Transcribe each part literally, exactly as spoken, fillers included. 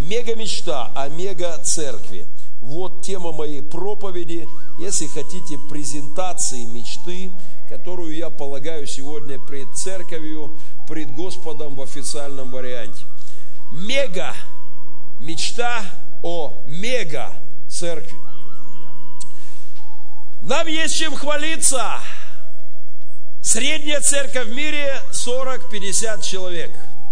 Мега-мечта о мега-церкви. Вот тема моей проповеди, если хотите, презентации мечты, которую я полагаю сегодня пред церковью, пред Господом в официальном варианте. Мега-мечта о мега-церкви. Нам есть чем хвалиться. Средняя церковь в мире сорок-пятьдесят человек.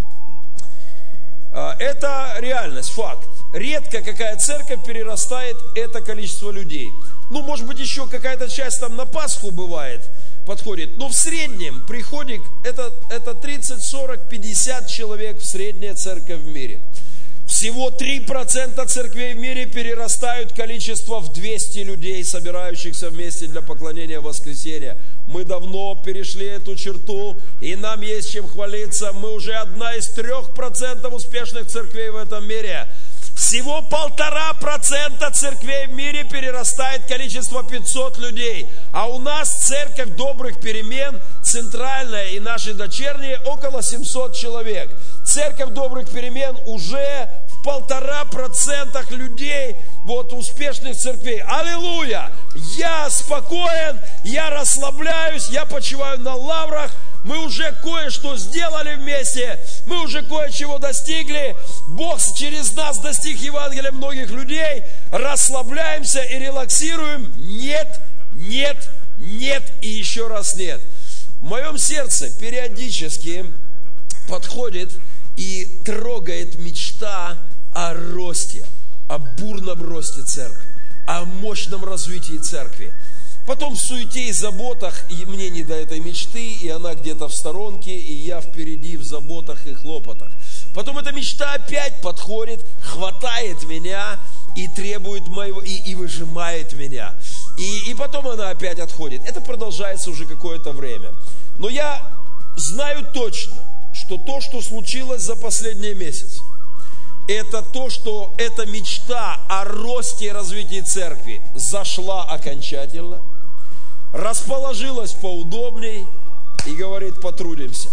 Это реальность, факт. Редко какая церковь перерастает это количество людей. Ну, может быть, еще какая-то часть там на Пасху бывает, подходит. Но в среднем приходит это, это тридцать, сорок, пятьдесят человек в средняя церковь в мире. Всего три процента церквей в мире перерастают количество в двести людей, собирающихся вместе для поклонения в воскресенье. Мы давно перешли эту черту, и нам есть чем хвалиться. Мы уже одна из трех процентов успешных церквей в этом мире. Всего полтора процента церквей в мире перерастает количество пятьсот людей. А у нас церковь добрых перемен, центральная и наши дочерние, около семьсот человек. Церковь добрых перемен уже в полтора процентах людей, вот успешных церквей. Аллилуйя! Я спокоен, я расслабляюсь, я почиваю на лаврах. Мы уже кое-что сделали вместе, мы уже кое-чего достигли. Бог через нас достиг Евангелия многих людей. Расслабляемся и релаксируем. Нет, нет, нет и еще раз нет. В моем сердце периодически подходит и трогает мечта о росте, о бурном росте церкви, о мощном развитии церкви. Потом в суете и заботах, и мне не до этой мечты, и она где-то в сторонке, и я впереди в заботах и хлопотах. Потом эта мечта опять подходит, хватает меня и требует моего, и, и выжимает меня. И, и потом она опять отходит. Это продолжается уже какое-то время. Но я знаю точно, что то, что случилось за последний месяц, это то, что эта мечта о росте и развитии церкви зашла окончательно, расположилась поудобней и говорит: потрудимся.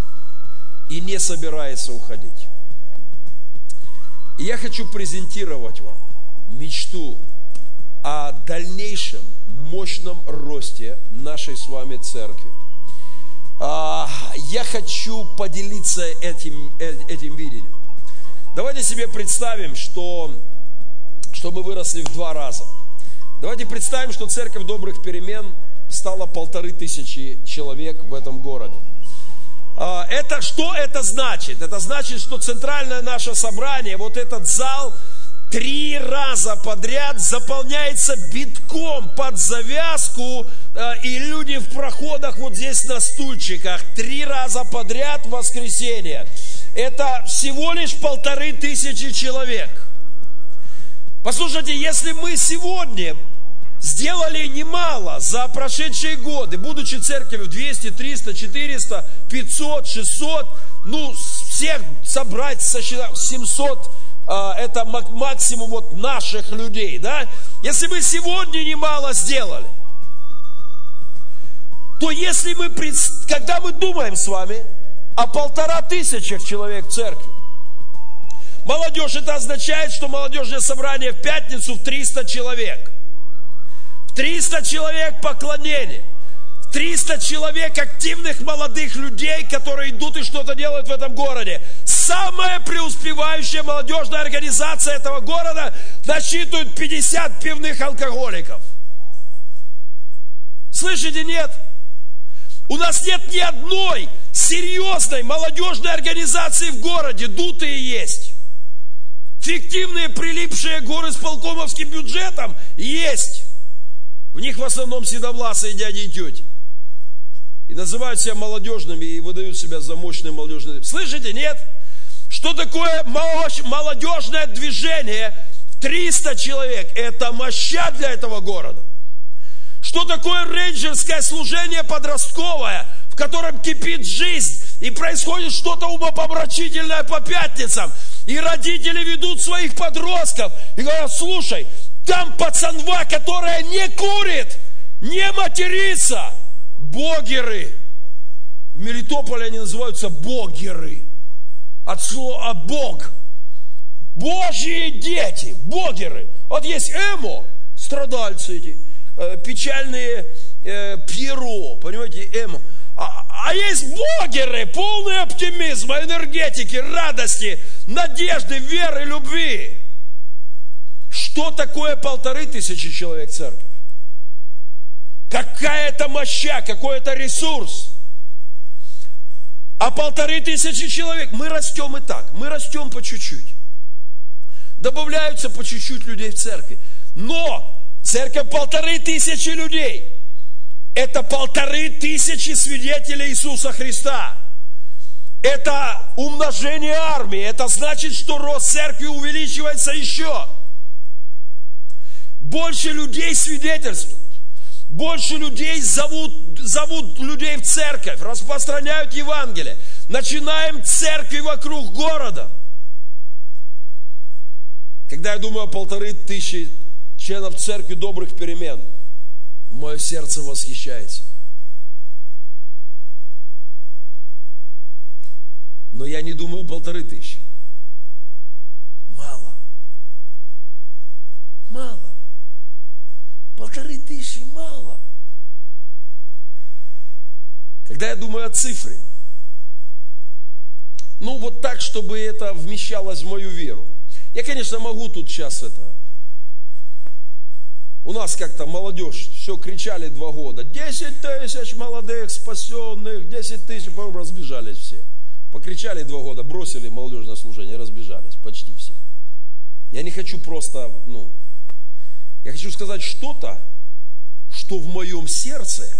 И не собирается уходить. И я хочу презентировать вам мечту о дальнейшем мощном росте нашей с вами церкви. Я хочу поделиться этим, этим видением. Давайте себе представим, что, что мы выросли в два раза. Давайте представим, что церковь добрых перемен стала полторы тысячи человек в этом городе. Это, что это значит? Это значит, что центральное наше собрание, вот этот зал, три раза подряд заполняется битком под завязку, и люди в проходах вот здесь на стульчиках. Три раза подряд в воскресенье. Это всего лишь полторы тысячи человек. Послушайте, если мы сегодня сделали немало за прошедшие годы, будучи церковью двести, триста, четыреста, пятьсот, шестьсот, ну, всех собрать, сосчитать, семьсот, это максимум вот наших людей, да? Если мы сегодня немало сделали, то если мы, когда мы думаем с вами о полтора тысячах человек в церкви, молодежь, это означает, что молодежное собрание в пятницу в триста человек. В триста человек поклонение. В триста человек активных молодых людей, которые идут и что-то делают в этом городе. Самая преуспевающая молодежная организация этого города насчитывает пятьдесят пивных алкоголиков. Слышите, нет? У нас нет ни одной серьезной молодежной организации в городе, дутые есть. Фиктивные, прилипшие горисполкомовским бюджетом есть. В них в основном седовласые дяди и тети. И называют себя молодежными и выдают себя за мощные молодежные. Слышите, нет? Что такое молодежное движение? триста человек. Это моща для этого города. Что такое рейнджерское служение подростковое, в котором кипит жизнь и происходит что-то умопомрачительное по пятницам. И родители ведут своих подростков и говорят: слушай, там пацанва, которая не курит, не матерится. Богеры. В Мелитополе они называются богеры. От слова «бог». Божьи дети, богеры. Вот есть эмо, страдальцы эти, э, печальные э, Пьеро, понимаете, эмо. А, а есть богеры, полные оптимизма, энергетики, радости, надежды, веры, любви. Что такое полторы тысячи человек церковь? Какая-то моща, какой-то ресурс. А полторы тысячи человек, мы растем и так, мы растем по чуть-чуть. Добавляются по чуть-чуть людей в церкви. Но церковь полторы тысячи людей. Это полторы тысячи свидетелей Иисуса Христа. Это умножение армии. Это значит, что рост церкви увеличивается еще. Больше людей свидетельствуют. Больше людей зовут, зовут людей в церковь, распространяют Евангелие. Начинаем церкви вокруг города. Когда я думаю о полторы тысячи членов церкви добрых перемен, мое сердце восхищается. Но я не думаю о полторы тысячи. Мало. Мало. Полторы тысячи мало. Когда я думаю о цифре, ну вот так, чтобы это вмещалось в мою веру. Я, конечно, могу тут сейчас это... У нас как-то молодежь, все кричали два года. Десять тысяч молодых спасенных, десять тысяч, по-моему, разбежались все. Покричали два года, бросили молодежное служение, разбежались почти все. Я не хочу просто, ну... Я хочу сказать что-то, что в моем сердце,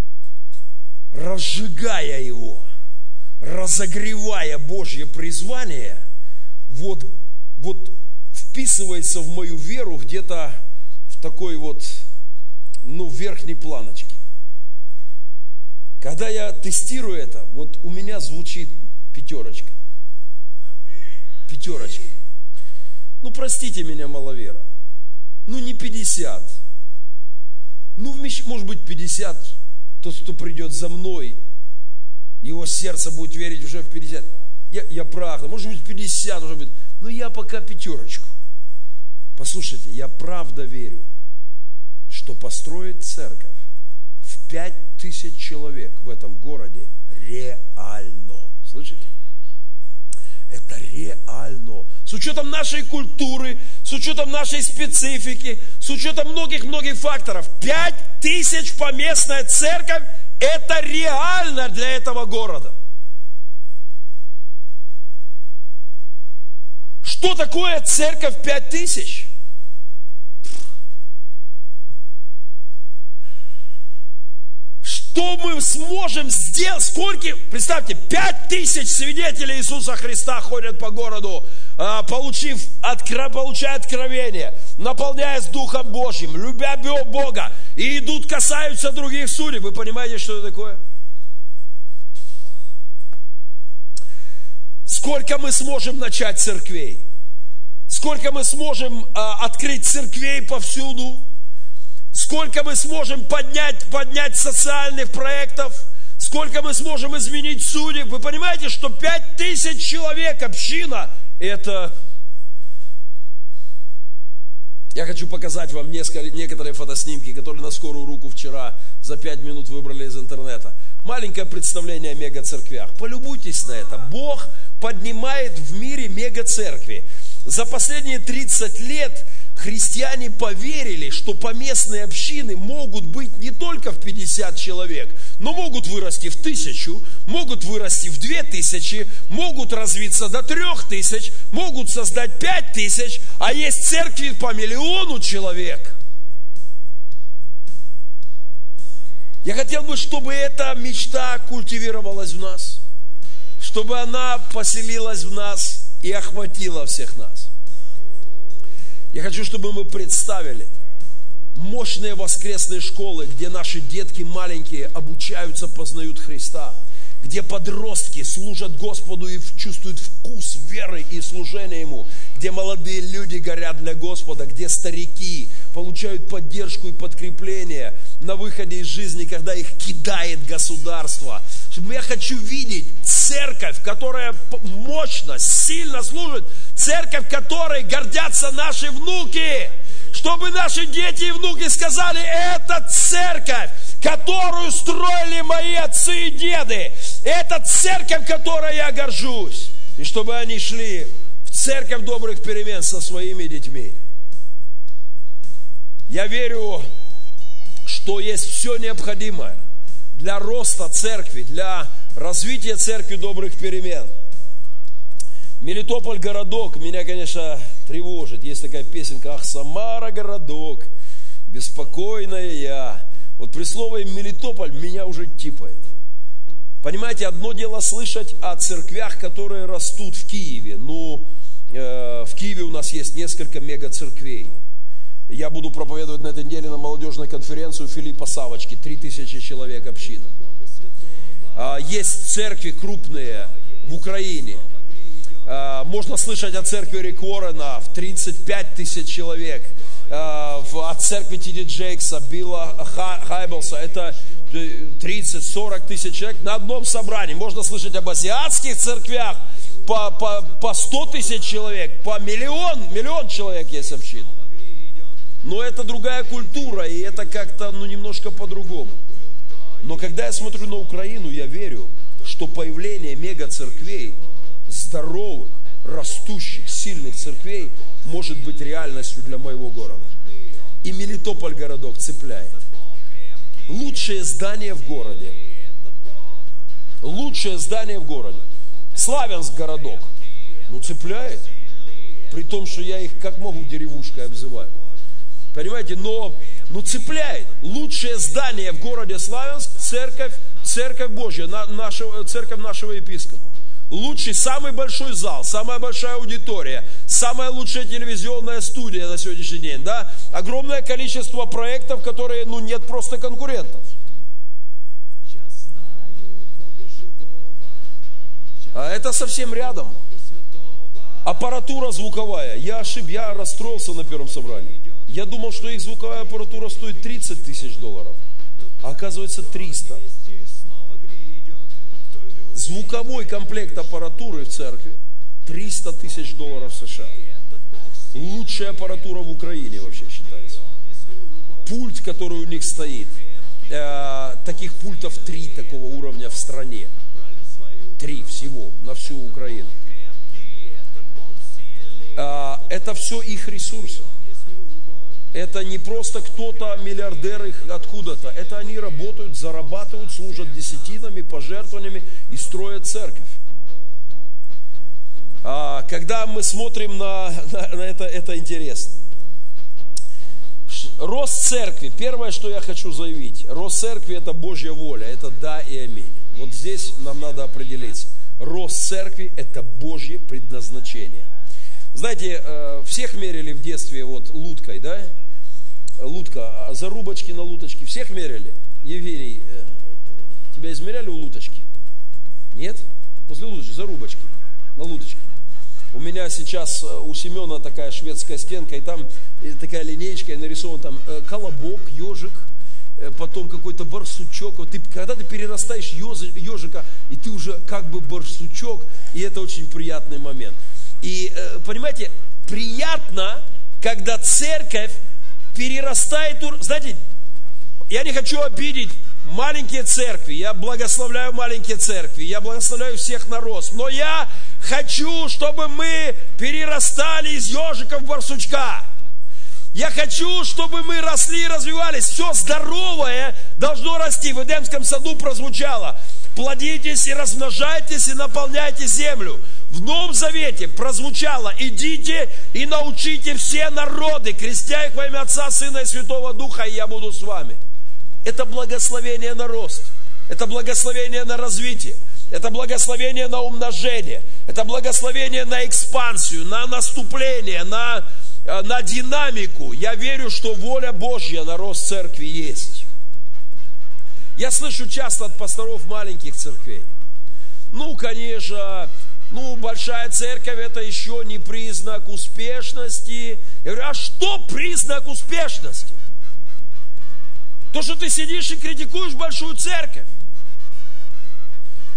разжигая его, разогревая Божье призвание, вот, вот вписывается в мою веру где-то в такой вот, ну, верхней планочке. Когда я тестирую это, вот у меня звучит пятерочка. Пятерочка. Ну, простите меня, маловера. Ну, не пятьдесят. Ну, может быть, пятьдесят. Тот, кто придет за мной, его сердце будет верить уже в пятьдесят. Я, я правда, может быть, пятьдесят уже будет. Но я пока пятерочку. Послушайте, я правда верю, что построить церковь в пять тысяч человек в этом городе реально. Слышите? Это реально. С учетом нашей культуры, с учетом нашей специфики, с учетом многих-многих факторов. Пять тысяч поместная церковь – это реально для этого города. Что такое церковь пять тысяч? Что мы сможем сделать? Сколько? Представьте, пять тысяч свидетелей Иисуса Христа ходят по городу, получив, откро, получая откровение, наполняясь Духом Божьим, любя Бога, и идут, касаются других судеб. Вы понимаете, что это такое? Сколько мы сможем начать церквей? Сколько мы сможем а, открыть церквей повсюду? Сколько мы сможем поднять, поднять социальных проектов? Сколько мы сможем изменить судеб? Вы понимаете, что пять тысяч человек, община, это... Я хочу показать вам несколько, некоторые фотоснимки, которые на скорую руку вчера за пять минут выбрали из интернета. Маленькое представление о мега-церквях. Полюбуйтесь на это. Бог поднимает в мире мега-церкви. За последние тридцать лет христиане поверили, что поместные общины могут быть не только в пятьдесят человек, но могут вырасти в тысячу, могут вырасти в две тысячи, могут развиться до трех тысяч, могут создать пять тысяч, а есть церкви по миллиону человек. Я хотел бы, чтобы эта мечта культивировалась в нас, чтобы она поселилась в нас и охватила всех нас. Я хочу, чтобы мы представили мощные воскресные школы, где наши детки маленькие обучаются, познают Христа, где подростки служат Господу и чувствуют вкус веры и служения Ему, где молодые люди горят для Господа, где старики получают поддержку и подкрепление на выходе из жизни, когда их кидает государство, Я хочу видеть церковь, которая мощно, сильно служит. Церковь, которой гордятся наши внуки. Чтобы наши дети и внуки сказали, это церковь, которую строили мои отцы и деды. Это церковь, которой я горжусь. И чтобы они шли в церковь добрых перемен со своими детьми. Я верю, что есть все необходимое для роста церкви, для развития церкви добрых перемен. Мелитополь городок меня, конечно, тревожит. Есть такая песенка: «Ах, Самара городок, беспокойная я». Вот при слове Мелитополь меня уже типает. Понимаете, одно дело слышать о церквях, которые растут в Киеве. Ну, э, в Киеве у нас есть несколько мега-церквей. Я буду проповедовать на этой неделе на молодежной конференции у Филиппа Савочки. Три тысячи человек община. А, есть церкви крупные в Украине. А, можно слышать о церкви Рик Уоррена в тридцать пять тысяч человек. А, в, от церкви Ти Ди Джейкса, Билла Хайблса. Это тридцать-сорок тысяч человек на одном собрании. Можно слышать об азиатских церквях по, по, по сто тысяч человек, по миллион, миллион человек есть община. Но это другая культура, и это как-то ну, немножко по-другому. Но когда я смотрю на Украину, я верю, что появление мега-церквей, здоровых, растущих, сильных церквей может быть реальностью для моего города. И Мелитополь городок цепляет. Лучшее здание в городе. Лучшее здание в городе. Славянск городок. Ну, цепляет. При том, что я их как могу деревушкой обзываю. Понимаете, но ну, цепляет. Лучшее здание в городе Славянск, церковь, церковь Божья, на, нашего, церковь нашего епископа. Лучший, самый большой зал, самая большая аудитория, самая лучшая телевизионная студия на сегодняшний день, да? Огромное количество проектов, которые, ну, нет просто конкурентов. А это совсем рядом. Аппаратура звуковая. Я ошиб, я расстроился на первом собрании. Я думал, что их звуковая аппаратура стоит тридцать тысяч долларов, а оказывается триста. Звуковой комплект аппаратуры в церкви триста тысяч долларов США. Лучшая аппаратура в Украине вообще считается. Пульт, который у них стоит, э, таких пультов три такого уровня в стране. Три всего на всю Украину. Э, это все их ресурсы. Это не просто кто-то, миллиардер их откуда-то. Это они работают, зарабатывают, служат десятинами, пожертвованиями и строят церковь. А, когда мы смотрим на, на, на это, это интересно. Рост церкви. Первое, что я хочу заявить. Рост церкви – это Божья воля. Это да и аминь. Вот здесь нам надо определиться. Рост церкви – это Божье предназначение. Знаете, всех мерили в детстве вот луткой, да? Лутка, зарубочки на луточке. Всех мерили? Евгений, тебя измеряли у луточки? Нет? После луточки, зарубочки на луточке. У меня сейчас у Семена такая шведская стенка, и там такая линеечка, и нарисован там колобок, ежик, потом какой-то барсучок. Вот ты, когда ты перерастаешь ежика, и ты уже как бы барсучок, и это очень приятный момент. И, понимаете, приятно, когда церковь перерастает, знаете, я не хочу обидеть маленькие церкви, я благословляю маленькие церкви, я благословляю всех на рост, но я хочу, чтобы мы перерастали из ежика в барсучка. Я хочу, чтобы мы росли и развивались. Все здоровое должно расти. В Эдемском саду прозвучало: плодитесь и размножайтесь и наполняйте землю. В Новом Завете прозвучало: идите и научите все народы, крестя их во имя Отца, Сына и Святого Духа, и я буду с вами. Это благословение на рост, это благословение на развитие, это благословение на умножение, это благословение на экспансию, на наступление, на, на динамику. Я верю, что воля Божья на рост церкви есть. Я слышу часто от пасторов маленьких церквей: ну, конечно, ну, большая церковь — это еще не признак успешности. Я говорю: а что признак успешности? То, что ты сидишь и критикуешь большую церковь.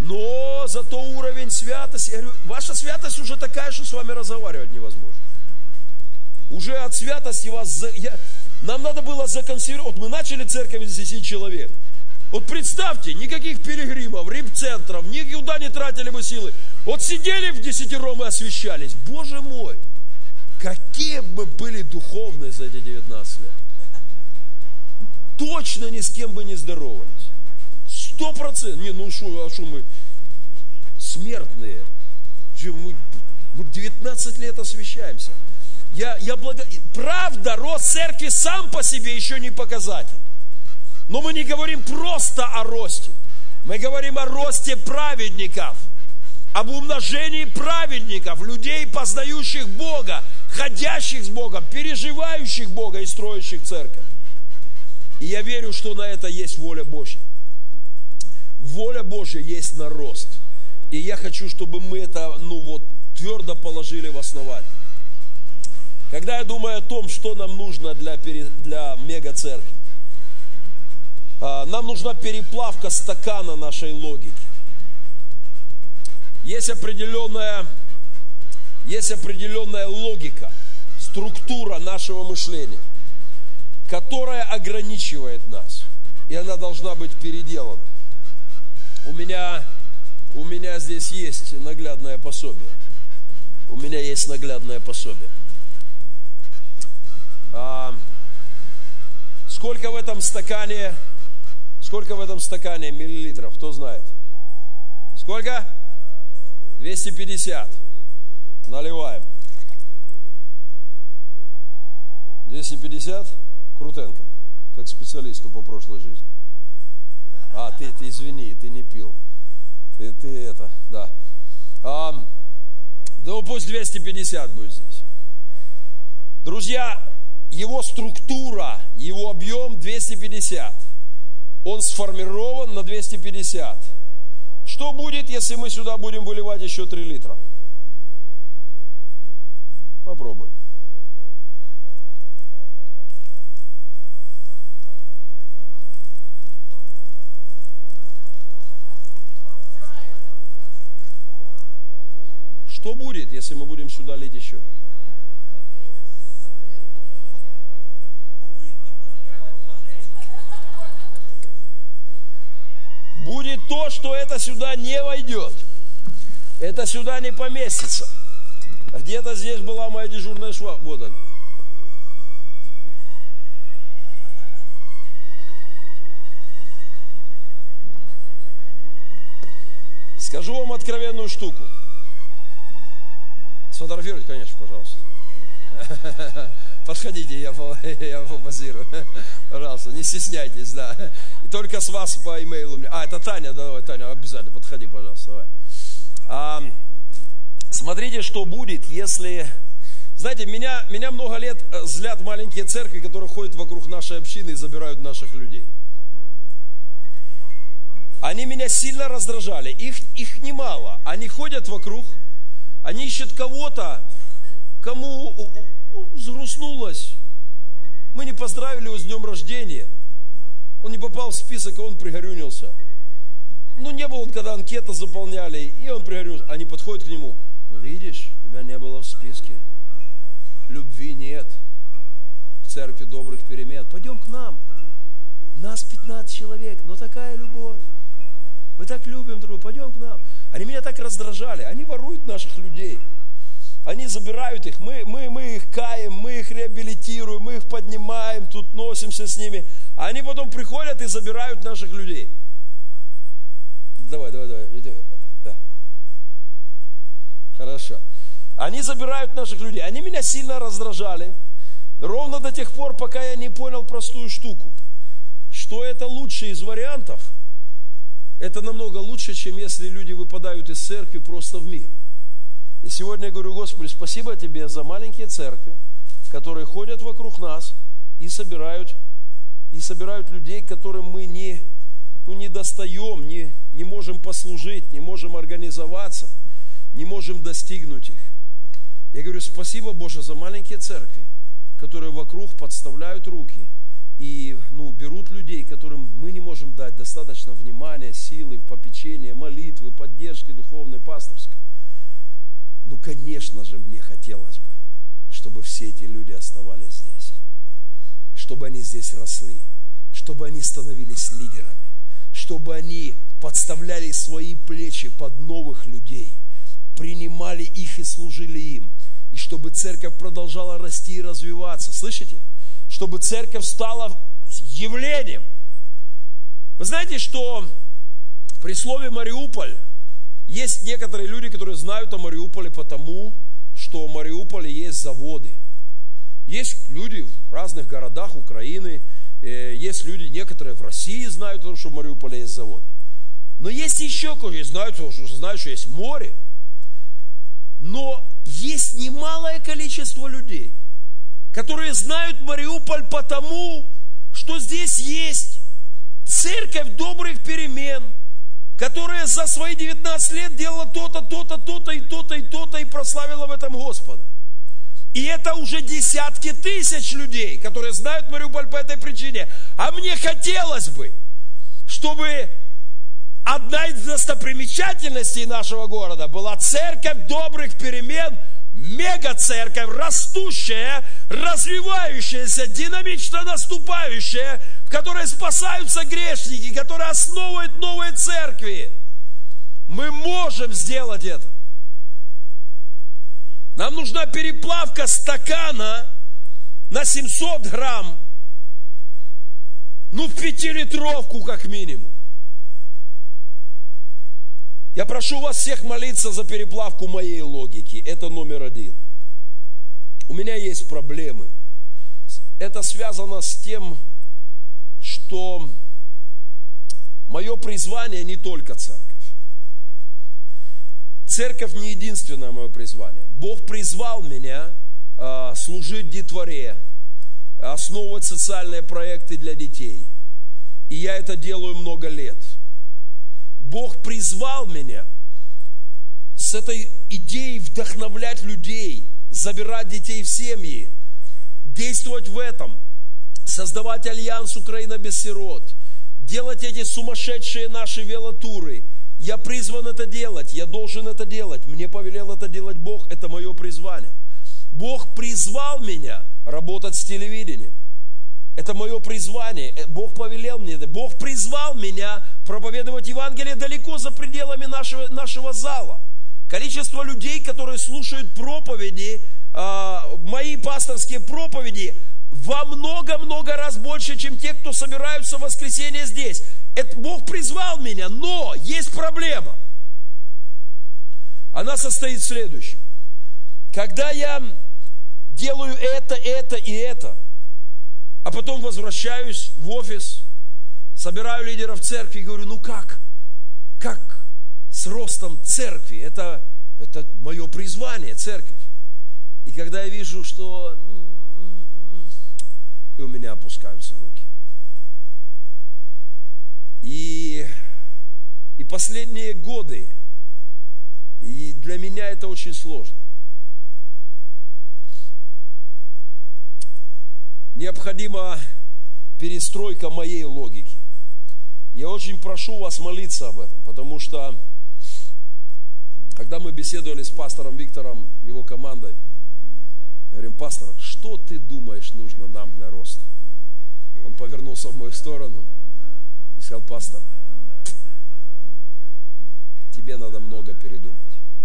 Но зато уровень святости, я говорю, ваша святость уже такая, что с вами разговаривать невозможно. Уже от святости вас... Я, нам надо было законсервировать. Вот мы начали церковь из десяти человек. Вот представьте, никаких пилигримов, рип-центров, никуда не тратили бы силы. Вот сидели в десятером и освящались. Боже мой, какие бы были духовные за эти девятнадцать лет. Точно ни с кем бы не здоровались. Сто процентов. Не, ну что, а что мы смертные? Мы, мы девятнадцать лет освящаемся. Я, я благо... Правда, рост церкви сам по себе еще не показатель. Но мы не говорим просто о росте. Мы говорим о росте праведников. Об умножении праведников, людей, познающих Бога, ходящих с Богом, переживающих Бога и строящих церковь. И я верю, что на это есть воля Божья. Воля Божья есть на рост. И я хочу, чтобы мы это, ну вот, твердо положили в основание. Когда я думаю о том, что нам нужно для, для мега-церкви, нам нужна переплавка стакана нашей логики. Есть определенная, есть определенная логика, структура нашего мышления, которая ограничивает нас. И она должна быть переделана. У меня, у меня здесь есть наглядное пособие. У меня есть наглядное пособие. А, сколько в этом стакане, сколько в этом стакане миллилитров, кто знает? Сколько? двести пятьдесят. Наливаем. двести пятьдесят. Крутенко, как специалисту по прошлой жизни. А, ты, ты извини, ты не пил. Ты, ты это, да. А, да ну, пусть двести пятьдесят будет здесь. Друзья, его структура, его объем двести пятьдесят. Он сформирован на двести пятьдесят. Что будет, если мы сюда будем выливать еще три литра? Попробуем. Что будет, если мы будем сюда лить еще? Будет то, что это сюда не войдет. Это сюда не поместится. Где-то здесь была моя дежурная швабра. Вот она. Скажу вам откровенную штуку. Сфотографируйте, конечно, пожалуйста. Подходите, я, я попозирую. Пожалуйста, не стесняйтесь, да. И только с вас по имейлу. А, это Таня, давай, Таня, обязательно, подходи, пожалуйста, давай. А, смотрите, что будет, если... Знаете, меня, меня много лет злят маленькие церкви, которые ходят вокруг нашей общины и забирают наших людей. Они меня сильно раздражали. Их, их немало. Они ходят вокруг, они ищут кого-то, кому взгрустнулось. Мы не поздравили его с днем рождения. Он не попал в список, и он пригорюнился. Ну, не было он, когда анкету заполняли, и он пригорюнился. Они подходят к нему. Ну, видишь, тебя не было в списке. Любви нет. В церкви добрых перемен. Пойдем к нам. Нас пятнадцать человек, но такая любовь. Мы так любим друг друга. Пойдем к нам. Они меня так раздражали. Они воруют наших людей. Они забирают их, мы, мы, мы их каем, мы их реабилитируем, мы их поднимаем, тут носимся с ними. А они потом приходят и забирают наших людей. Давай, давай, давай. Да. Хорошо. Они забирают наших людей. Они меня сильно раздражали. Ровно до тех пор, пока я не понял простую штуку. Что это лучший из вариантов. Это намного лучше, чем если люди выпадают из церкви просто в мир. И сегодня я говорю: Господи, спасибо Тебе за маленькие церкви, которые ходят вокруг нас и собирают, и собирают людей, которым мы не, ну, не достаем, не, не можем послужить, не можем организоваться, не можем достигнуть их. Я говорю: спасибо, Боже, за маленькие церкви, которые вокруг подставляют руки и ну, берут людей, которым мы не можем дать достаточно внимания, силы, попечения, молитвы, поддержки духовной, пасторской. Ну, конечно же, мне хотелось бы, чтобы все эти люди оставались здесь, чтобы они здесь росли, чтобы они становились лидерами, чтобы они подставляли свои плечи под новых людей, принимали их и служили им, и чтобы церковь продолжала расти и развиваться. Слышите? Чтобы церковь стала явлением. Вы знаете, что при слове Мариуполь есть некоторые люди, которые знают о Мариуполе потому, что в Мариуполе есть заводы. Есть люди в разных городах Украины, есть люди, некоторые в России знают о том, что в Мариуполе есть заводы. Но есть еще кое-что, знают, знают, что есть море. Но есть немалое количество людей, которые знают Мариуполь потому, что здесь есть церковь добрых перемен, которая за свои девятнадцать лет делала то-то, то-то, то-то и то-то и то-то и прославила в этом Господа. И это уже десятки тысяч людей, которые знают Мариуполь по этой причине. А мне хотелось бы, чтобы одна из достопримечательностей нашего города была церковь добрых перемен, мега-церковь, растущая, развивающаяся, динамично наступающая, в которой спасаются грешники, которая основывает новые церкви. Мы можем сделать это. Нам нужна переплавка стакана на семьсот грамм, ну в пятилитровку как минимум. Я прошу вас всех молиться за переплавку моей логики. Это номер один. У меня есть проблемы. Это связано с тем, что мое призвание не только церковь. Церковь не единственное мое призвание. Бог призвал меня э, служить детворе, основывать социальные проекты для детей. И я это делаю много лет. Бог призвал меня с этой идеей вдохновлять людей, забирать детей в семьи, действовать в этом, создавать альянс «Украина без сирот», делать эти сумасшедшие наши велотуры. Я призван это делать, я должен это делать. Мне повелел это делать Бог, это мое призвание. Бог призвал меня работать с телевидением. Это мое призвание. Бог повелел мне это. Бог призвал меня проповедовать Евангелие далеко за пределами нашего, нашего зала. Количество людей, которые слушают проповеди, э, мои пасторские проповеди, во много-много раз больше, чем те, кто собираются в воскресенье здесь. Это Бог призвал меня, но есть проблема. Она состоит в следующем. Когда я делаю это, это и это, а потом возвращаюсь в офис, собираю лидеров церкви и говорю, ну как? Как с ростом церкви? Это, это мое призвание, церковь. И когда я вижу, что и у меня опускаются руки. И, и последние годы, и для меня это очень сложно. Необходима перестройка моей логики. Я очень прошу вас молиться об этом, потому что, когда мы беседовали с пастором Виктором, его командой, я говорю, пастор, что ты думаешь нужно нам для роста? Он повернулся в мою сторону и сказал, пастор, тебе надо много передумать.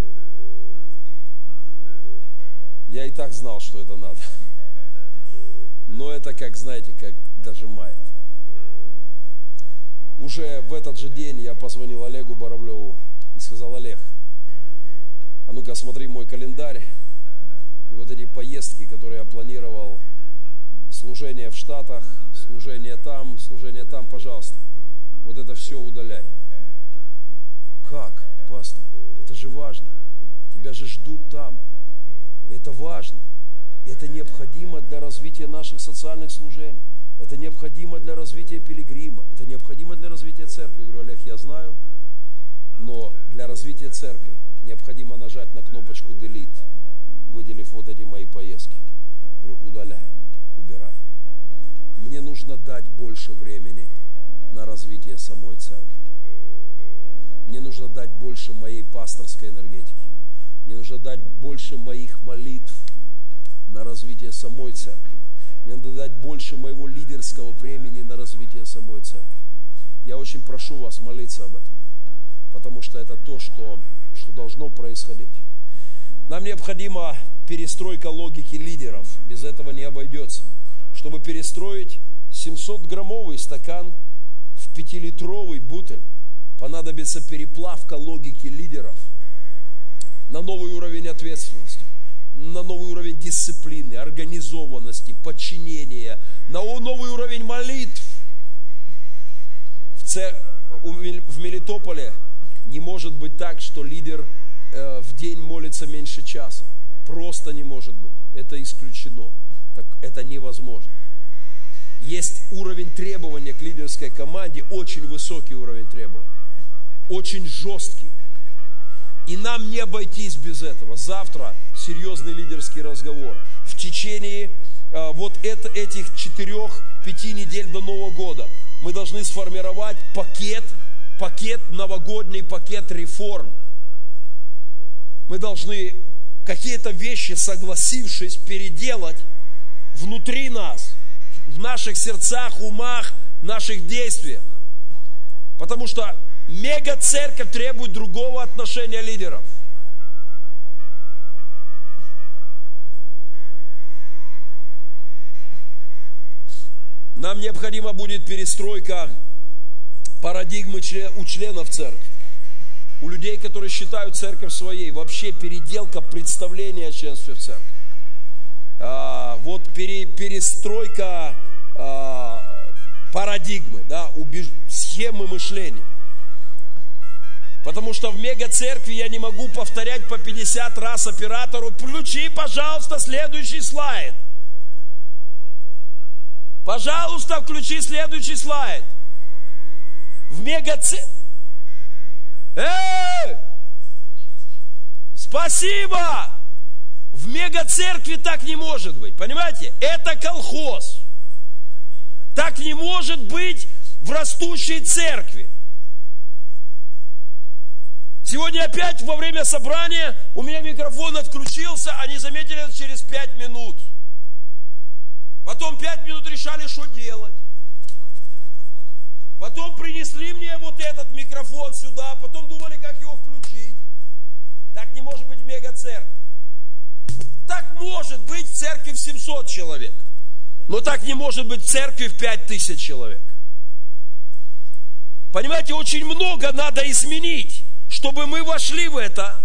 Я и так знал, что это надо. Но это, как знаете, как дожимает. Уже в этот же день я позвонил Олегу Боровлеву и сказал, Олег, а ну-ка смотри мой календарь. И вот эти поездки, которые я планировал, служение в Штатах, служение там, служение там, пожалуйста, вот это все удаляй. Как, пастор? Это же важно. Тебя же ждут там. Это важно. Это необходимо для развития наших социальных служений. Это необходимо для развития пилигрима. Это необходимо для развития церкви. Я говорю, Олег, я знаю, но для развития церкви необходимо нажать на кнопочку delete, выделив вот эти мои поездки. Я говорю, удаляй, убирай. Мне нужно нужно дать больше времени на развитие самой церкви. Мне нужно дать больше моей пасторской энергетики. Мне нужно дать больше моих молитв на развитие самой церкви. Мне надо дать больше моего лидерского времени на развитие самой церкви. Я очень прошу вас молиться об этом, потому что это то, что, что должно происходить. Нам необходима перестройка логики лидеров. Без этого не обойдется. Чтобы перестроить семисотграммовый стакан в пятилитровый бутыль, понадобится переплавка логики лидеров на новый уровень ответственности, на новый уровень дисциплины, организованности, подчинения, на новый уровень молитв. В Мелитополе не может быть так, что лидер в день молится меньше часа. Просто не может быть. Это исключено. Так, это невозможно. Есть уровень требования к лидерской команде, очень высокий уровень требований, очень жесткий. И нам не обойтись без этого. Завтра серьезный лидерский разговор. В течение э, вот это, этих четырех-пяти недель до Нового года мы должны сформировать пакет, пакет, новогодний пакет реформ. Мы должны какие-то вещи, согласившись, переделать внутри нас, в наших сердцах, умах, наших действиях. Потому что мега-церковь требует другого отношения лидеров. Нам необходима будет перестройка парадигмы у членов церкви. У людей, которые считают церковь своей, вообще переделка представления о членстве в церкви. А, вот пере, перестройка а, парадигмы, да, убеж... схемы мышления. Потому что в мега-церкви я не могу повторять по пятьдесят раз оператору: включи, пожалуйста, следующий слайд. Пожалуйста, включи следующий слайд. В мега-церкви... Эй! Спасибо! В мега-церкви так не может быть. Понимаете? Это колхоз. Так не может быть в растущей церкви. Сегодня опять во время собрания у меня микрофон отключился, они заметили это через пять минут. Потом пять минут решали, что делать. Потом принесли мне вот этот микрофон сюда, потом думали, как его включить. Так не может быть в мега-церкви. Так может быть в церкви в семьсот человек. Но так не может быть в церкви в пять тысяч человек. Понимаете, очень много надо изменить, чтобы мы вошли в это,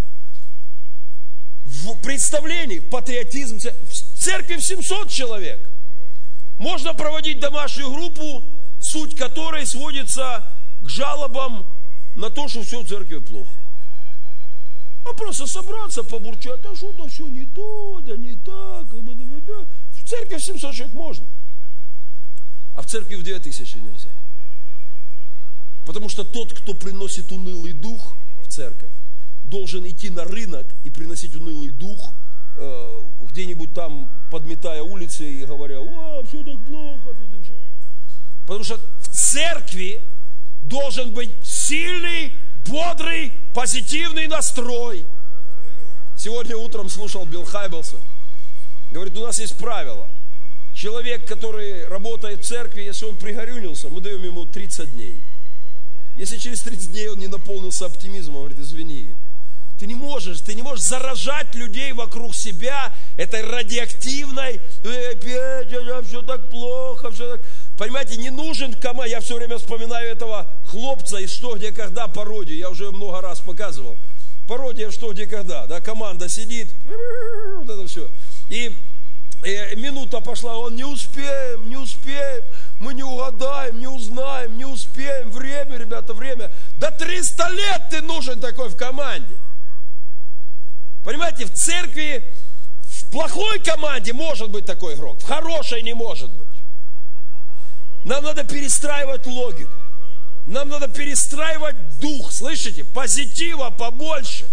в представление, в патриотизм. В церкви в семьсот человек. Можно проводить домашнюю группу, суть которой сводится к жалобам на то, что все в церкви плохо. А просто собраться, побурчать: а что-то все не то, да не так. В церкви в семьсот человек можно, а в церкви в две тысячи нельзя. Потому что тот, кто приносит унылый дух в церковь, должен идти на рынок и приносить унылый дух, э, где-нибудь там, подметая улицы и говоря: о, все так плохо. Потому что в церкви должен быть сильный, бодрый, позитивный настрой. Сегодня утром слушал Билл Хайблса. Говорит, у нас есть правило. Человек, который работает в церкви, если он пригорюнился, мы даем ему тридцать дней. Если через тридцать дней он не наполнился оптимизмом, говорит, извини. Ты не можешь, ты не можешь заражать людей вокруг себя этой радиоактивной, опять все так плохо, все так... Понимаете, не нужен команда. Я все время вспоминаю этого хлопца из «Что, где, когда» пародию. Я уже много раз показывал. Пародия «Что, где, когда». Да, команда сидит, вот это все. И, и минута пошла, он: не успеем, не успеем, мы не угадаем, не узнаем, не успеем. Время, ребята, время. Да триста лет ты нужен такой в команде. Понимаете, в церкви, в плохой команде может быть такой игрок, в хорошей не может быть. Нам надо перестраивать логику. Нам надо перестраивать дух, слышите? Позитива побольше.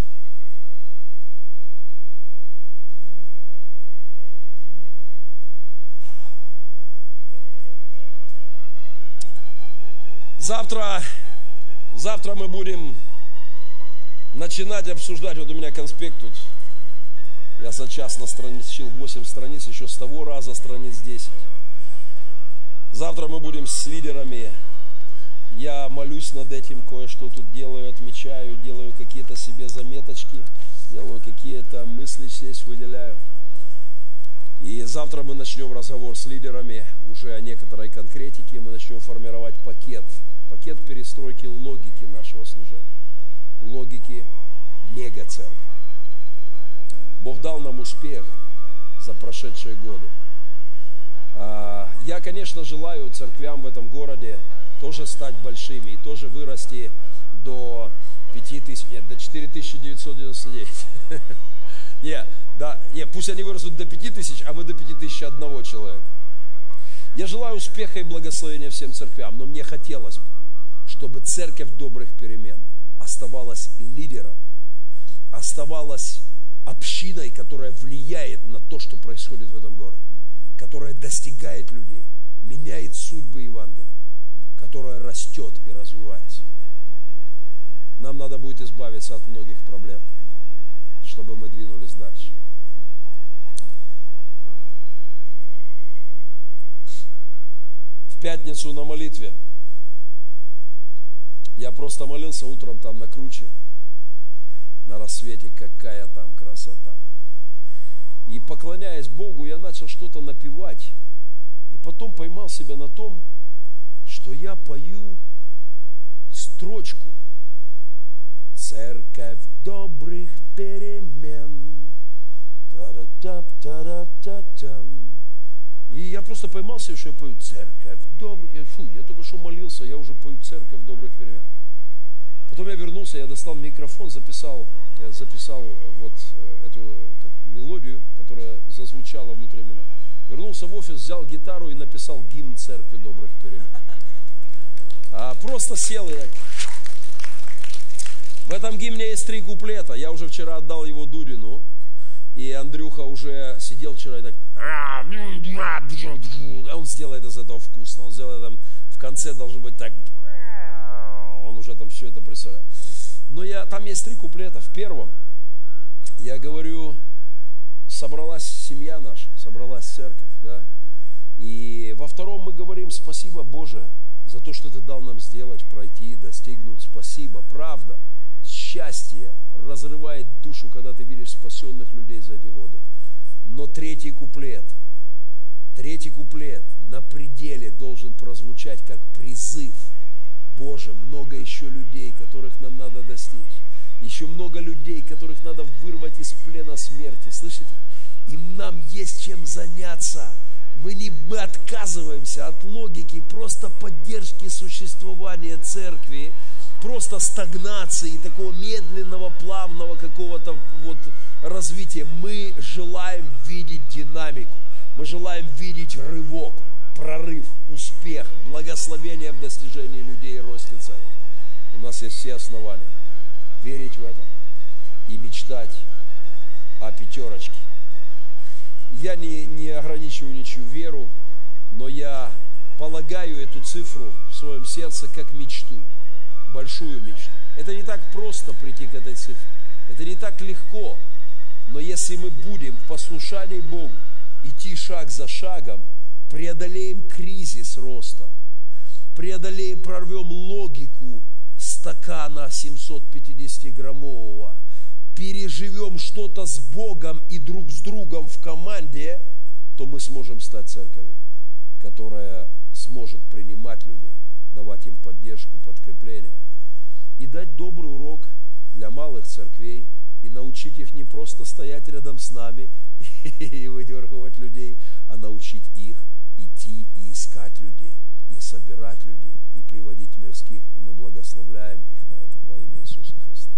Завтра, завтра мы будем начинать обсуждать. Вот у меня конспект тут. Я за час настрочил восемь страниц, еще с того раза страниц десять. Завтра мы будем с лидерами. Я молюсь над этим, кое-что тут делаю, отмечаю, делаю какие-то себе заметочки, делаю какие-то мысли здесь, выделяю. И завтра мы начнем разговор с лидерами уже о некоторой конкретике. Мы начнем формировать пакет. Пакет перестройки логики нашего служения. Логики мега-церкви. Бог дал нам успех за прошедшие годы. Я, конечно, желаю церквям в этом городе тоже стать большими и тоже вырасти до пяти тысяч, нет, до четыре тысячи девятьсот девяносто девять. Нет, да, нет, пусть они вырастут до пяти тысяч, а мы до пяти тысяч одного человека. Я желаю успеха и благословения всем церквям, но мне хотелось бы, чтобы церковь добрых перемен оставалась лидером, оставалась общиной, которая влияет на то, что происходит в этом городе, которая достигает людей, меняет судьбы Евангелия, которая растет и развивается. Нам надо будет избавиться от многих проблем, чтобы мы двинулись дальше. В пятницу на молитве я просто молился утром там на круче, на рассвете, какая там красота. И поклоняясь Богу, я начал что-то напевать, и потом поймал себя на том, что я пою строчку: «Церковь добрых перемен». Та-да-та-та-та-та-там. И я просто поймал себя, что я пою «Церковь добрых». Я, фу, я только что молился, я уже пою «Церковь добрых перемен». Потом я вернулся, я достал микрофон, записал, я записал вот эту как, мелодию, которая зазвучала внутри меня. Вернулся в офис, взял гитару и написал гимн Церкви добрых перемен. А просто сел и... В этом гимне есть три куплета. Я уже вчера отдал его Дудину. И Андрюха уже сидел вчера и так... Он сделает из этого вкусно. Он сделает там... В конце должен быть так... Он уже там все это представляет. Но я... там есть три куплета. В первом я говорю... Собралась семья наша, собралась церковь, да? И во втором мы говорим: спасибо, Боже, за то, что Ты дал нам сделать, пройти, достигнуть. Спасибо, правда. Счастье разрывает душу, когда ты видишь спасенных людей за эти годы. Но третий куплет, третий куплет на пределе должен прозвучать как призыв. Боже, много еще людей, которых нам надо достичь. Еще много людей, которых надо вырвать из плена смерти. Слышите? И нам есть чем заняться. Мы не мы отказываемся от логики просто поддержки существования церкви, просто стагнации, такого медленного, плавного какого-то вот развития. Мы желаем видеть динамику. Мы желаем видеть рывок, прорыв, успех, благословение в достижении людей и росте церкви. У нас есть все основания верить в это и мечтать о пятерочке. Я не, не ограничиваю ничью веру, но я полагаю эту цифру в своем сердце как мечту, большую мечту. Это не так просто прийти к этой цифре, это не так легко, но если мы будем в послушании Богу идти шаг за шагом, преодолеем кризис роста, преодолеем, прорвем логику стакана семьсот пятьдесят граммового, переживем что-то с Богом и друг с другом в команде, то мы сможем стать церковью, которая сможет принимать людей, давать им поддержку, подкрепление и дать добрый урок для малых церквей и научить их не просто стоять рядом с нами и выдергивать людей, а научить их идти и искать людей, и собирать людей, и приводить мирских, и мы благословляем их на это во имя Иисуса Христа.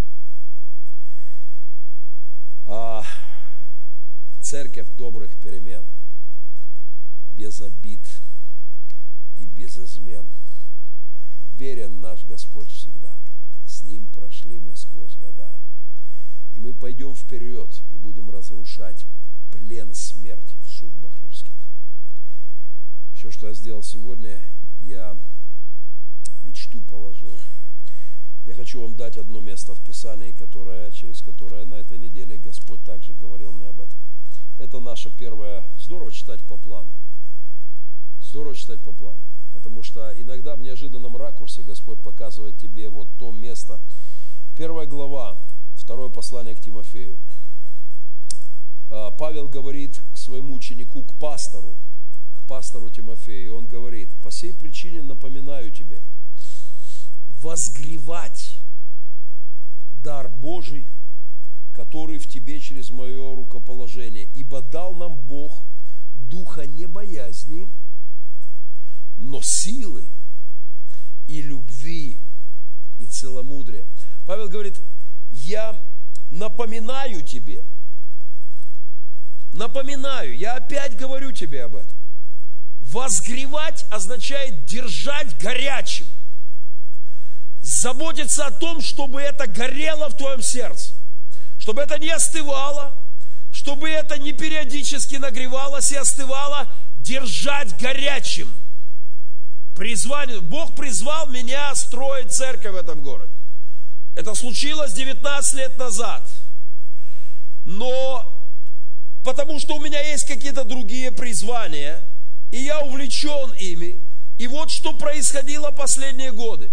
А, церковь добрых перемен, без обид и без измен. Верен наш Господь всегда, с Ним прошли мы сквозь года. И мы пойдем вперед и будем разрушать плен смерти в судьбах людских. Все, что я сделал сегодня, я мечту положил. Я хочу вам дать одно место в Писании, которое, через которое на этой неделе Господь также говорил мне об этом. Это наша первая... Здорово читать по плану. Здорово читать по плану. Потому что иногда в неожиданном ракурсе Господь показывает тебе вот то место. Первая глава, второе послание к Тимофею. Павел говорит к своему ученику, к пастору, к пастору Тимофею. И он говорит: по сей причине напоминаю тебе возгревать дар Божий, который в тебе через мое рукоположение. Ибо дал нам Бог духа не боязни, но силы и любви и целомудрия. Павел говорит: я напоминаю тебе, напоминаю, я опять говорю тебе об этом. Возгревать означает держать горячим. Заботиться о том, чтобы это горело в твоем сердце. Чтобы это не остывало, чтобы это не периодически нагревалось и остывало. Держать горячим. Призвание. Бог призвал меня строить церковь в этом городе. Это случилось девятнадцать лет назад. Но потому что у меня есть какие-то другие призвания, и я увлечен ими. И вот что происходило последние годы.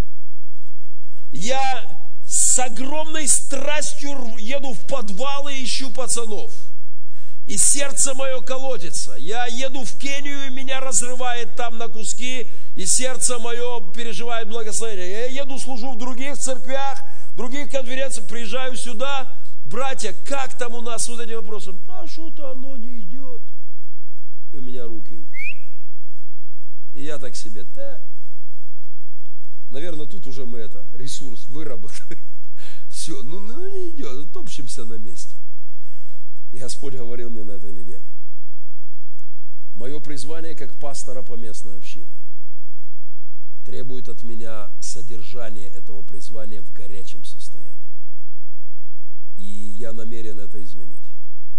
Я с огромной страстью еду в подвал и ищу пацанов. И сердце мое колотится. Я еду в Кению, и меня разрывает там на куски, и сердце мое переживает благословение. Я еду, служу в других церквях, в других конференциях, приезжаю сюда. Братья, как там у нас с вот этим вопросом? Да что-то оно не идет. И у меня руки. И я так себе, да... Наверное, тут уже мы это, ресурс выработали. Все, ну, ну не идет, топчемся на месте. И Господь говорил мне на этой неделе: мое призвание как пастора по местной общине требует от меня содержания этого призвания в горячем состоянии. И я намерен это изменить.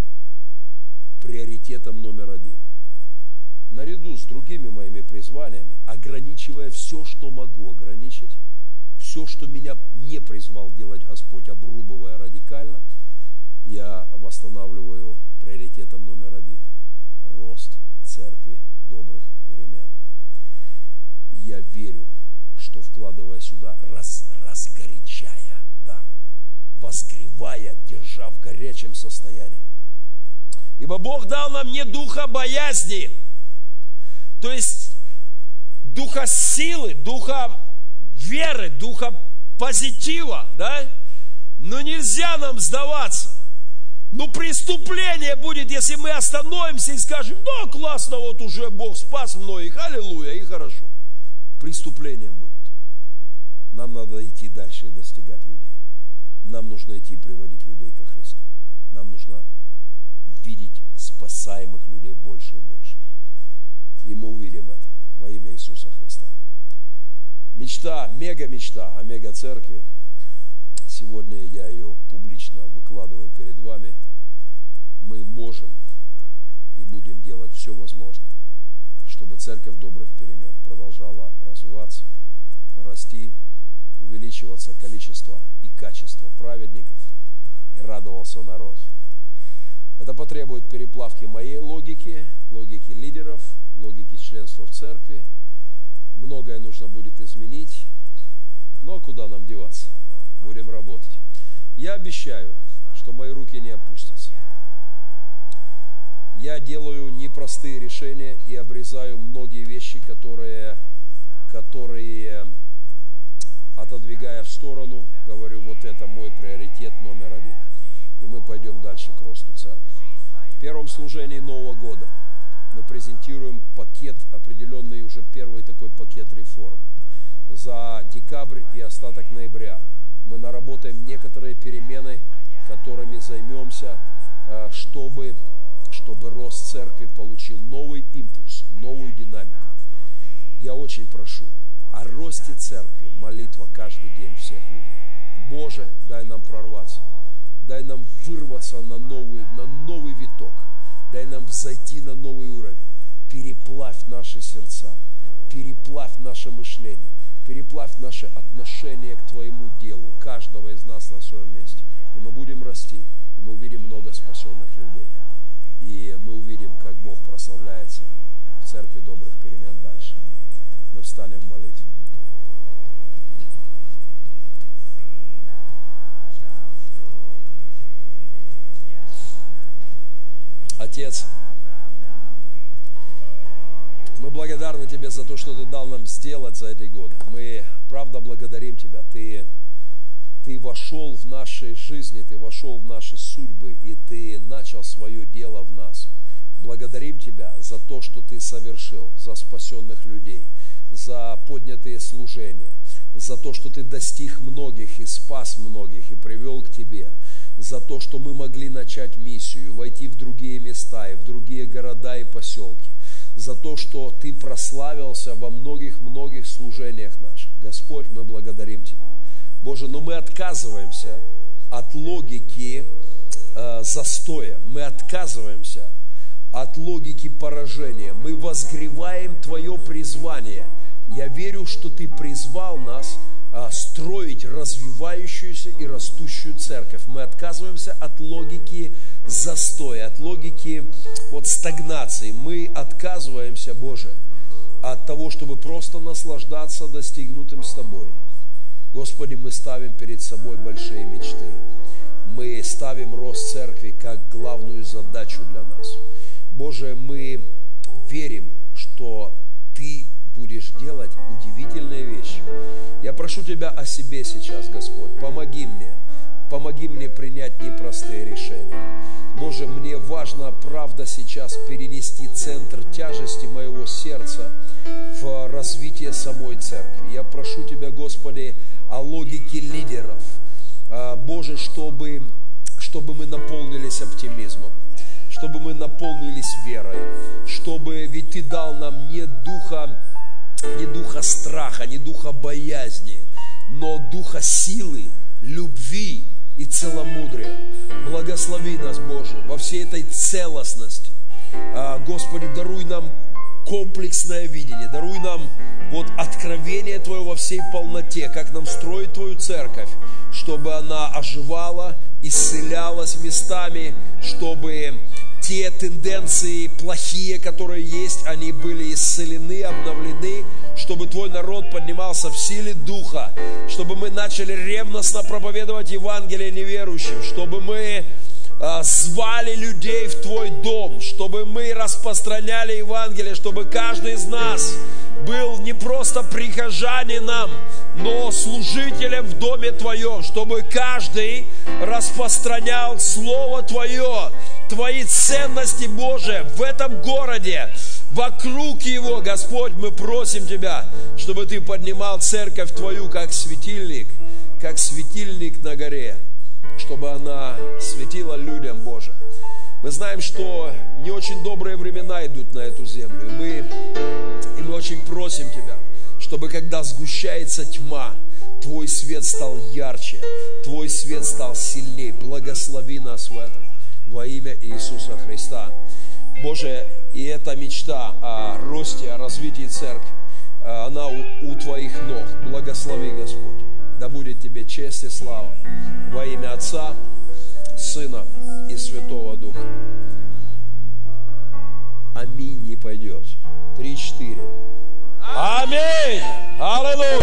Приоритетом номер один. Наряду с другими моими призваниями, ограничивая все, что могу ограничить, все, что меня не призвал делать Господь, обрубывая радикально, я восстанавливаю приоритетом номер один – рост церкви добрых перемен. И я верю, что вкладывая сюда, раз, разгорячая дар, возгревая, держа в горячем состоянии. Ибо Бог дал нам не духа боязни, то есть духа силы, духа веры, духа позитива, да? Но нельзя нам сдаваться. Ну, преступление будет, если мы остановимся и скажем: да, классно, вот уже Бог спас многих, аллилуйя, и хорошо. Преступлением будет. Нам надо идти дальше и достигать людей. Нам нужно идти и приводить людей ко Христу. Нам нужно видеть спасаемых людей больше и больше. И мы увидим это во имя Иисуса Христа. Мечта, мега-мечта о мега-церкви. Сегодня я ее публично выкладываю перед вами. Мы можем и будем делать все возможное, чтобы церковь добрых перемен продолжала развиваться, расти, увеличиваться количество и качество праведников, и радовался народ. Это потребует переплавки моей логики, логики лидеров, логики членства в церкви. Многое нужно будет изменить, но куда нам деваться? Будем работать. Я обещаю, что мои руки не опустятся. Я делаю непростые решения и обрезаю многие вещи, которые, которые, отодвигая в сторону, говорю: вот это мой приоритет номер один. И мы пойдем дальше к росту церкви. В первом служении Нового года мы презентируем пакет, определенный уже первый такой пакет реформ. За декабрь и остаток ноября мы наработаем некоторые перемены, которыми займемся, чтобы, чтобы рост церкви получил новый импульс, новую динамику. Я очень прошу о росте церкви, молитва каждый день всех людей. Боже, дай нам прорваться. Дай нам вырваться на новый, на новый виток. Дай нам взойти на новый уровень. Переплавь наши сердца. Переплавь наше мышление. переплавь наше отношение к Твоему делу, каждого из нас на своем месте. И мы будем расти, и мы увидим много спасенных людей. И мы увидим, как Бог прославляется в церкви добрых перемен дальше. Мы встанем в молитве. Отец, мы благодарны Тебе за то, что Ты дал нам сделать за эти годы. Мы, правда, благодарим Тебя. Ты, Ты вошел в наши жизни, Ты вошел в наши судьбы, и Ты начал свое дело в нас. Благодарим Тебя за то, что Ты совершил, за спасенных людей, за поднятые служения, за то, что Ты достиг многих и спас многих и привел к Тебе, за то, что мы могли начать миссию, войти в другие места и в другие города и поселки, за то, что Ты прославился во многих-многих служениях наших. Господь, мы благодарим Тебя. Боже, но мы отказываемся от логики э, застоя, мы отказываемся от логики поражения, мы возгреваем Твое призвание. Я верю, что Ты призвал нас а, строить развивающуюся и растущую церковь. Мы отказываемся от логики застоя, от логики вот, стагнации. Мы отказываемся, Боже, от того, чтобы просто наслаждаться достигнутым с Тобой. Господи, мы ставим перед собой большие мечты. Мы ставим рост церкви как главную задачу для нас. Боже, мы верим, что Ты будешь делать удивительные вещи. Я прошу Тебя о себе сейчас, Господь. Помоги мне. Помоги мне принять непростые решения. Боже, мне важно, правда, сейчас перенести центр тяжести моего сердца в развитие самой церкви. Я прошу Тебя, Господи, о логике лидеров. Боже, чтобы, чтобы мы наполнились оптимизмом, чтобы мы наполнились верой, чтобы, ведь Ты дал нам не духа, не духа страха, не духа боязни, но духа силы, любви и целомудрия. Благослови нас, Боже, во всей этой целостности. Господи, даруй нам комплексное видение, даруй нам вот откровение Твое во всей полноте, как нам строить Твою церковь, чтобы она оживала, исцелялась местами, чтобы те тенденции плохие, которые есть, они были исцелены, обновлены, чтобы Твой народ поднимался в силе Духа, чтобы мы начали ревностно проповедовать Евангелие неверующим, чтобы мы а, звали людей в Твой дом, чтобы мы распространяли Евангелие, чтобы каждый из нас был не просто прихожанином, но служителем в доме Твоем, чтобы каждый распространял Слово Твое, Твои ценности, Боже, в этом городе, вокруг его. Господь, мы просим Тебя, чтобы Ты поднимал церковь Твою как светильник, как светильник на горе, чтобы она светила людям, Боже. Мы знаем, что не очень добрые времена идут на эту землю, и мы, и мы очень просим Тебя, чтобы когда сгущается тьма, Твой свет стал ярче, Твой свет стал сильнее. Благослови нас в этом во имя Иисуса Христа. Боже, и эта мечта о росте, о развитии церкви, она у, у Твоих ног. Благослови, Господь. Да будет Тебе честь и слава во имя Отца, Сына и Святого Духа. Аминь не пойдет. Три-четыре. Аминь! Аллилуйя!